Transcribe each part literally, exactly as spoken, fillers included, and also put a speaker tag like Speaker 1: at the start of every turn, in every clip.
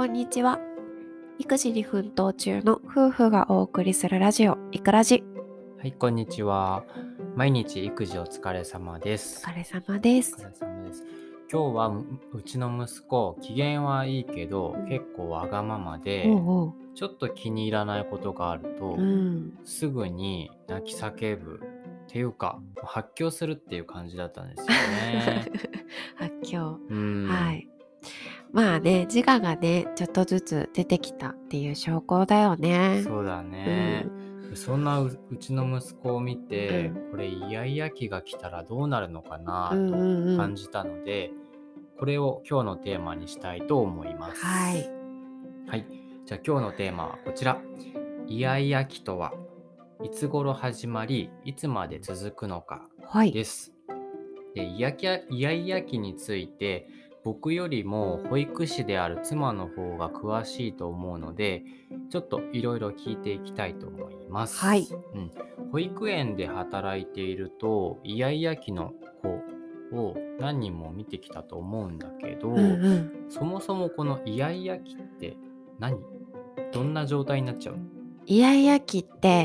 Speaker 1: こんにちは。育児に奮闘中の夫婦がお送りするラジオ、いくラジ。
Speaker 2: はい、こんにちは。毎日育児お疲れ様で
Speaker 1: お
Speaker 2: す。
Speaker 1: 疲れ様で
Speaker 2: お
Speaker 1: す。
Speaker 2: 疲れ様です。今日はううちの息子、機嫌はいいけど、
Speaker 1: うん
Speaker 2: 結構わがままで、
Speaker 1: おうおう。
Speaker 2: ちょっと気に入らないことがあると、
Speaker 1: うん。
Speaker 2: すぐに泣き叫ぶっていうか、発狂するっていう感じだったんですよね。
Speaker 1: 発狂。
Speaker 2: うーん。
Speaker 1: はい。まあね、自我がね、ちょっとずつ出てきたっていう証拠だよね。
Speaker 2: そうだね。でそんなううちの息子を見て、
Speaker 1: うん
Speaker 2: これイヤイヤ期が来たらどうなるのか
Speaker 1: う
Speaker 2: なんと
Speaker 1: うんうん。
Speaker 2: 感じたので、これを今日のテーマにしたいと思います。
Speaker 1: はい。
Speaker 2: はい。じゃあ今日のテーマはこちら。イヤイヤ期とはいつ頃始まり、いつまで続くのか
Speaker 1: はい。
Speaker 2: です。で、イヤキャイヤイヤ期について僕よりも保育士である妻の方が詳しいと思うので、ちょっといろいろ聞いていきたいと思います。
Speaker 1: はい。
Speaker 2: うん、保育園で働いているとイヤイヤ期の子を何人も見てきたと思うんだけど、
Speaker 1: うんうん。
Speaker 2: そもそもこのイヤイヤ期って何？どんな状態になっちゃうの？
Speaker 1: イヤイヤ期って、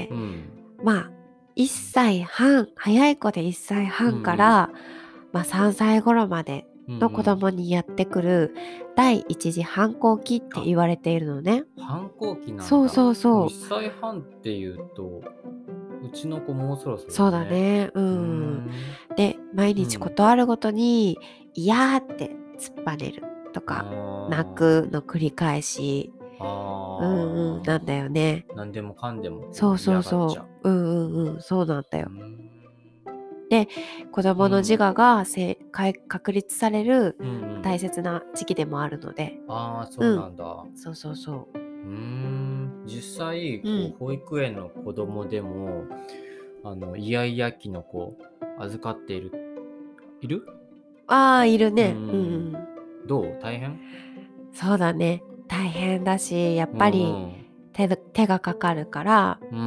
Speaker 2: うん、
Speaker 1: まあ、いっさいはん、早い子でいっさいはんから、まあ、さんさい頃までの子供にやってくる第一次反抗期って言われているのね。
Speaker 2: 反抗期なんだ。
Speaker 1: そうそうそう
Speaker 2: いっさいはんっていうと、うちの子もうそろそろ
Speaker 1: そう
Speaker 2: だね。
Speaker 1: だね。う
Speaker 2: うー
Speaker 1: ん。
Speaker 2: ん。
Speaker 1: で、毎日
Speaker 2: うん。
Speaker 1: ことあるごとに、嫌って突っぱねるとか、泣くの繰り返し、
Speaker 2: あ
Speaker 1: うんうん、なんだよね。
Speaker 2: あ。なんでもかんでもこ
Speaker 1: そう
Speaker 2: う
Speaker 1: そうそ
Speaker 2: 嫌がっちゃう。
Speaker 1: う。うんうんうん、そうなんだよ。
Speaker 2: うーん。
Speaker 1: で、子供の自我がせかい確立される
Speaker 2: うんうん。
Speaker 1: 大切な時期でもあるので。
Speaker 2: ああ、そう
Speaker 1: うん。
Speaker 2: なんだ。
Speaker 1: そうそうそう。
Speaker 2: うーん。実際、
Speaker 1: うん。
Speaker 2: こう、保育園の子供でも、あの、イヤイヤ期の子、預かっている、いる？
Speaker 1: ああ、いる
Speaker 2: う
Speaker 1: ね。うんう
Speaker 2: ん。
Speaker 1: ん。
Speaker 2: どう？大変？
Speaker 1: そうだね。大変だし、やっ
Speaker 2: う
Speaker 1: ぱり
Speaker 2: ん
Speaker 1: 手が手がかかるから、
Speaker 2: うん。うん。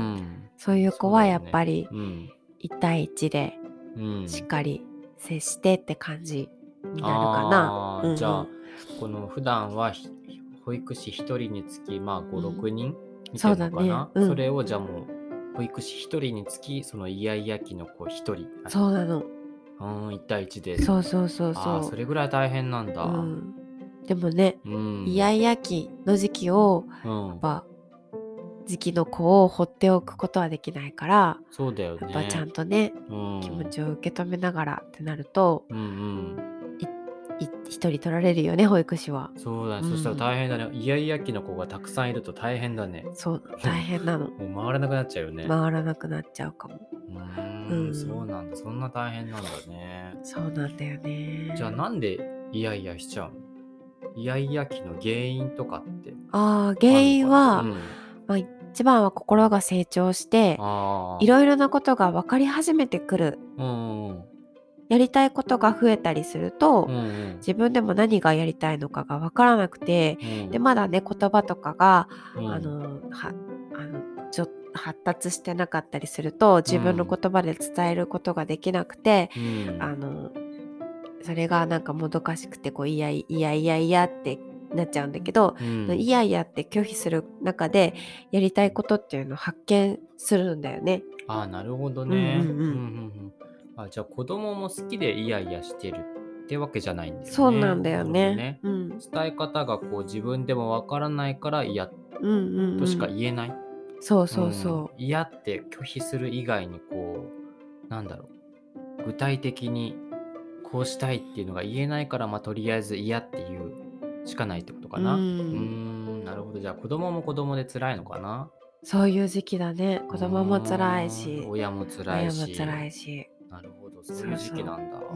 Speaker 1: そういう子はやっ
Speaker 2: そうだよね。
Speaker 1: ぱり
Speaker 2: うん。
Speaker 1: いち対いちで
Speaker 2: うん。
Speaker 1: しっかり接してって感じになるかな。
Speaker 2: ああ、
Speaker 1: うんうん。
Speaker 2: じゃあ、この普段はひ保育士ひとりにつき、まあ、ご、
Speaker 1: うん
Speaker 2: ろくにん見て
Speaker 1: そう
Speaker 2: るの
Speaker 1: だね。
Speaker 2: かな？
Speaker 1: うん。
Speaker 2: それをじゃあもう、保育士ひとりにつき、そのイヤイヤ期の子ひとり。あ
Speaker 1: そうなの。
Speaker 2: うーん、いち対いちで。
Speaker 1: そうそうそう
Speaker 2: ああ、
Speaker 1: そ
Speaker 2: それぐらい大変なん
Speaker 1: う。う
Speaker 2: だ。
Speaker 1: ん。でもね、
Speaker 2: うん。
Speaker 1: イヤイヤ期の時期を、
Speaker 2: うん。
Speaker 1: やっぱ時期の子を放っておくことはできないから、
Speaker 2: そうだよ
Speaker 1: やっぱちゃ
Speaker 2: ね。
Speaker 1: んとね、
Speaker 2: うん。
Speaker 1: 気持ちを受け止めながらってなると、
Speaker 2: うんうん。
Speaker 1: いい一人取られるよね、保育士は。
Speaker 2: そうだね。
Speaker 1: うん
Speaker 2: そしたら大変だね。イヤイヤ期の子がたくさんいると大変だね。
Speaker 1: そう、大変なの。
Speaker 2: もう回らなくなっちゃうよね。
Speaker 1: 回らなくなっちゃうかも。
Speaker 2: う
Speaker 1: う
Speaker 2: ーん、
Speaker 1: ん。
Speaker 2: そうなんだ。そんな大変なんだね。
Speaker 1: そうなんだよね。
Speaker 2: じゃあなんでイヤイヤしちゃうの？イヤイヤ期の原因とかって
Speaker 1: ああ、原
Speaker 2: あんのかな？
Speaker 1: 因は、
Speaker 2: うん。
Speaker 1: まあ、一番は心が成長して、い
Speaker 2: ああ。
Speaker 1: ろいろなことが分かり始めてくる。
Speaker 2: うんうんうん。
Speaker 1: やりたいことが増えたりすると、
Speaker 2: うんうん。
Speaker 1: 自分でも何がやりたいのかが分からなくて、で、まだね、言葉とかが、
Speaker 2: うん。
Speaker 1: あの、はあの、ちょ発達してなかったりすると、自分の言葉で伝えることができなくて、
Speaker 2: うん。
Speaker 1: あの、それがなんかもどかしくて、こう、いやいやいやいやってなっちゃうんだけど、
Speaker 2: うん。
Speaker 1: いやいやって拒否する中で、やりたいことっていうのを発見するんだよね。
Speaker 2: ああ、なるほど
Speaker 1: うんうん
Speaker 2: ね。うん
Speaker 1: うん。
Speaker 2: うんうん。あ、じゃあ子供も好きでイヤイヤしてるってわけじゃないんだよ
Speaker 1: そうな
Speaker 2: ね。
Speaker 1: んだよ
Speaker 2: なるほど
Speaker 1: ね。
Speaker 2: ね。
Speaker 1: うん。
Speaker 2: 伝え方がこう自分でもわからないから嫌
Speaker 1: うんうん
Speaker 2: としか
Speaker 1: うん。
Speaker 2: 言えない。
Speaker 1: そう
Speaker 2: う
Speaker 1: そうそ
Speaker 2: ん。嫌って拒否する以外にこう、なんだろう。具体的にこうしたいっていうのが言えないから、まあ、とりあえず嫌っていうしかないってことか
Speaker 1: う。う
Speaker 2: な。うー
Speaker 1: ん。
Speaker 2: ん、なるほど。じゃあ子供も子供で辛いのかな。
Speaker 1: そういう時期だね。子供も辛い
Speaker 2: うーん、
Speaker 1: し、
Speaker 2: 親も辛い
Speaker 1: 親も辛
Speaker 2: し。
Speaker 1: いし。
Speaker 2: なるほど、そういう時
Speaker 1: そうそう。
Speaker 2: 期なんだ。
Speaker 1: うん。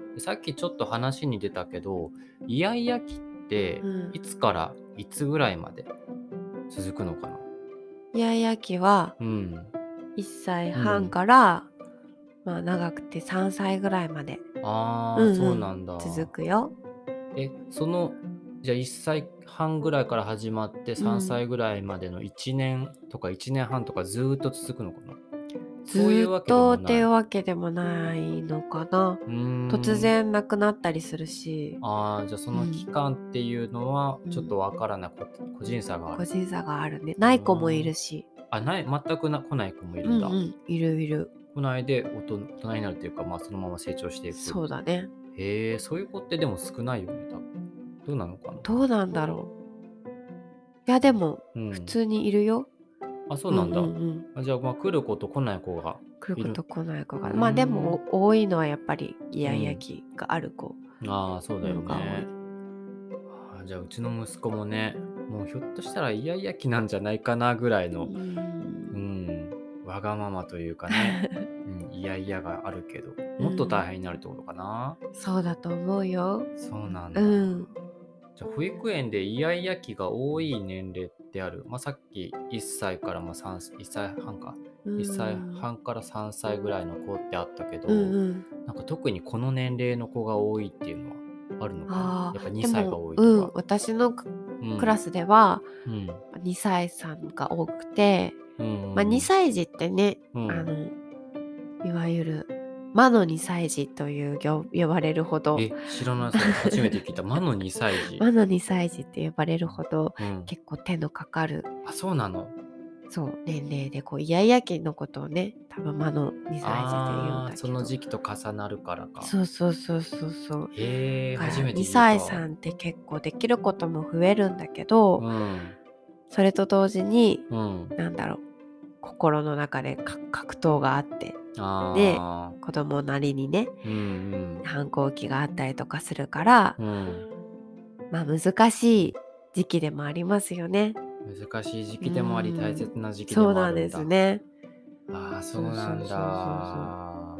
Speaker 2: でさっきちょっと話に出たけど、イヤイヤ期って
Speaker 1: うん。
Speaker 2: いつからいつぐらいまで続くのかな。
Speaker 1: イヤイヤ期は
Speaker 2: うん。
Speaker 1: いっさいはん
Speaker 2: うん。
Speaker 1: から、まあ長くてさんさいぐらいまで。う
Speaker 2: ああ、そう
Speaker 1: んうん。
Speaker 2: なんだ。
Speaker 1: 続くよ。
Speaker 2: え、その、じゃあいっさいはんぐらいから始まって3
Speaker 1: うん。
Speaker 2: 歳ぐらいまでのいちねんとかいちねんはんとかずーっと続くのかな？ そういう
Speaker 1: ずっ
Speaker 2: わけでも
Speaker 1: とっていう
Speaker 2: ない。
Speaker 1: わけでもないのかな。
Speaker 2: うーん。
Speaker 1: 突然亡くなったりするし、
Speaker 2: ああ、じゃあそうの
Speaker 1: ん。
Speaker 2: 期間っていうのは
Speaker 1: うん。
Speaker 2: ちょっとわからない、こ個人差がある。
Speaker 1: 個人差があるね。
Speaker 2: う
Speaker 1: ない子もい
Speaker 2: ーん。
Speaker 1: るし。
Speaker 2: あ、ない、全くな来ない子もいるんだ。
Speaker 1: うんうん、いるいる。
Speaker 2: 来ないでおと大人になるっていうか、まあ、そのまま成長していく。
Speaker 1: そうだね。
Speaker 2: へえ、そういう子ってでも少ないよね、多分。どうなのかな？
Speaker 1: どうなんだろう。いやでも、
Speaker 2: うん。
Speaker 1: 普通にいるよ。
Speaker 2: あ、そう
Speaker 1: うんうん
Speaker 2: なんだ。
Speaker 1: うん。
Speaker 2: あ、じゃあ、まあ、来る子と来ない子がいる。
Speaker 1: 来る子と来ない子が。
Speaker 2: うー
Speaker 1: まあで
Speaker 2: ん。
Speaker 1: も、お多いのはやっぱりイヤイヤ
Speaker 2: うん。
Speaker 1: 期がある子
Speaker 2: ああ、そうだよ
Speaker 1: の方が多
Speaker 2: ね。
Speaker 1: い。
Speaker 2: ああ、じゃあ、うちの息子もね、もうひょっとしたらイヤイヤ期なんじゃないかなぐらいう
Speaker 1: ー。
Speaker 2: の、うんん、わがままというかね、うん、イヤイヤがあるけど、もっと大
Speaker 1: うん。
Speaker 2: 変になるってことかな？
Speaker 1: そうだと思うよ。
Speaker 2: そうなん
Speaker 1: う
Speaker 2: だ。
Speaker 1: ん。
Speaker 2: じゃあ、保育園でイヤイヤ期が多い年齢ってある。まあ、さっきいっさいからまあさん、いっさいはんか。
Speaker 1: う
Speaker 2: いっさい
Speaker 1: ん。
Speaker 2: はんからさんさいぐらいの子ってあったけ
Speaker 1: うん
Speaker 2: ど、
Speaker 1: うん。
Speaker 2: なんか特にこの年齢の子が多いっていうのはあるのかな？やっぱ
Speaker 1: ああ、で
Speaker 2: にさいが
Speaker 1: も、うん、
Speaker 2: 多いとか。
Speaker 1: 私のク
Speaker 2: うん。
Speaker 1: クラスでは、
Speaker 2: うん。
Speaker 1: にさいさんが多くて、
Speaker 2: うんう
Speaker 1: まあ、
Speaker 2: んうん。
Speaker 1: にさい児ってね、
Speaker 2: うん。
Speaker 1: あの、いわゆる魔のにさい児というぎょ呼ばれるほど、
Speaker 2: え、知らない、それ。初めて聞いた。魔のにさい児。
Speaker 1: 魔のにさい児って呼ばれるほど、
Speaker 2: うん。
Speaker 1: 結構手のかかる、
Speaker 2: あ、そうなの？
Speaker 1: そう、年齢で、こうイヤイヤ期のことをね、多分魔のにさい児って言うん
Speaker 2: ああ、その
Speaker 1: だけど。
Speaker 2: 時期と重なるからか。
Speaker 1: そうそうそうそうそう。
Speaker 2: へえ、
Speaker 1: だから
Speaker 2: 初めて聞い
Speaker 1: にさい
Speaker 2: た。
Speaker 1: さんって結構できることも増えるんだけど、
Speaker 2: うん。
Speaker 1: それと同時に、
Speaker 2: うん。
Speaker 1: なんだろう、心の中でか格闘があって、で、
Speaker 2: ああ。
Speaker 1: 子供なりにね、
Speaker 2: うんうん。
Speaker 1: 反抗期があったりとかするから、
Speaker 2: うん。
Speaker 1: まあ難しい時期でもありますよね。
Speaker 2: 難しい時
Speaker 1: う
Speaker 2: 期でもあり、大
Speaker 1: ーん。
Speaker 2: 切な時期で
Speaker 1: そうなんで
Speaker 2: もあるんだ。
Speaker 1: すね。
Speaker 2: ああ、そ
Speaker 1: そうそ
Speaker 2: うなん
Speaker 1: うそうそうそう。
Speaker 2: だ。う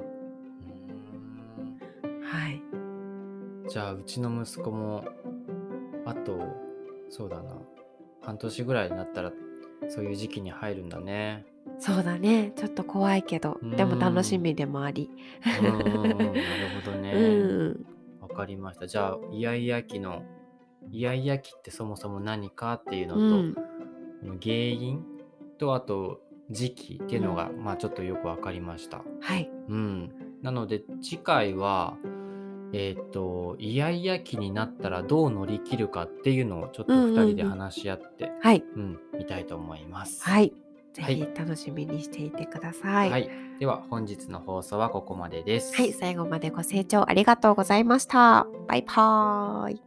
Speaker 1: はい。
Speaker 2: ーん。じゃあ、うちの息子も、あと、そうだな、半年ぐらいになったら、そういう時期に入るんだね。
Speaker 1: そうだね。ちょっと怖いけど、
Speaker 2: うー
Speaker 1: でも楽し
Speaker 2: ん。
Speaker 1: みでもあり。
Speaker 2: うんうんうん。なるほど
Speaker 1: う
Speaker 2: ね。
Speaker 1: ん。
Speaker 2: わかりました。じゃあ、イヤイヤ期の、イヤイヤ期ってそもそも何かっていうのと、
Speaker 1: うん。
Speaker 2: 原因と、あと、時期っていうのが、
Speaker 1: うん。
Speaker 2: まあちょっとよくわかりました。
Speaker 1: はい。
Speaker 2: うん。なので、次回は、えっと、イヤイヤ期になったらどう乗り切るかっていうのをちょっ
Speaker 1: うん
Speaker 2: と二人で
Speaker 1: うんうん。
Speaker 2: 話し合って、
Speaker 1: はい。
Speaker 2: うん、見たいと思います。
Speaker 1: はい。ぜ
Speaker 2: はい。
Speaker 1: ひ楽しみにしていてください。
Speaker 2: はい。では、本日の放送はここまでで
Speaker 1: はい、
Speaker 2: す。
Speaker 1: 最後までご清聴ありがとうございました。バイバーイ。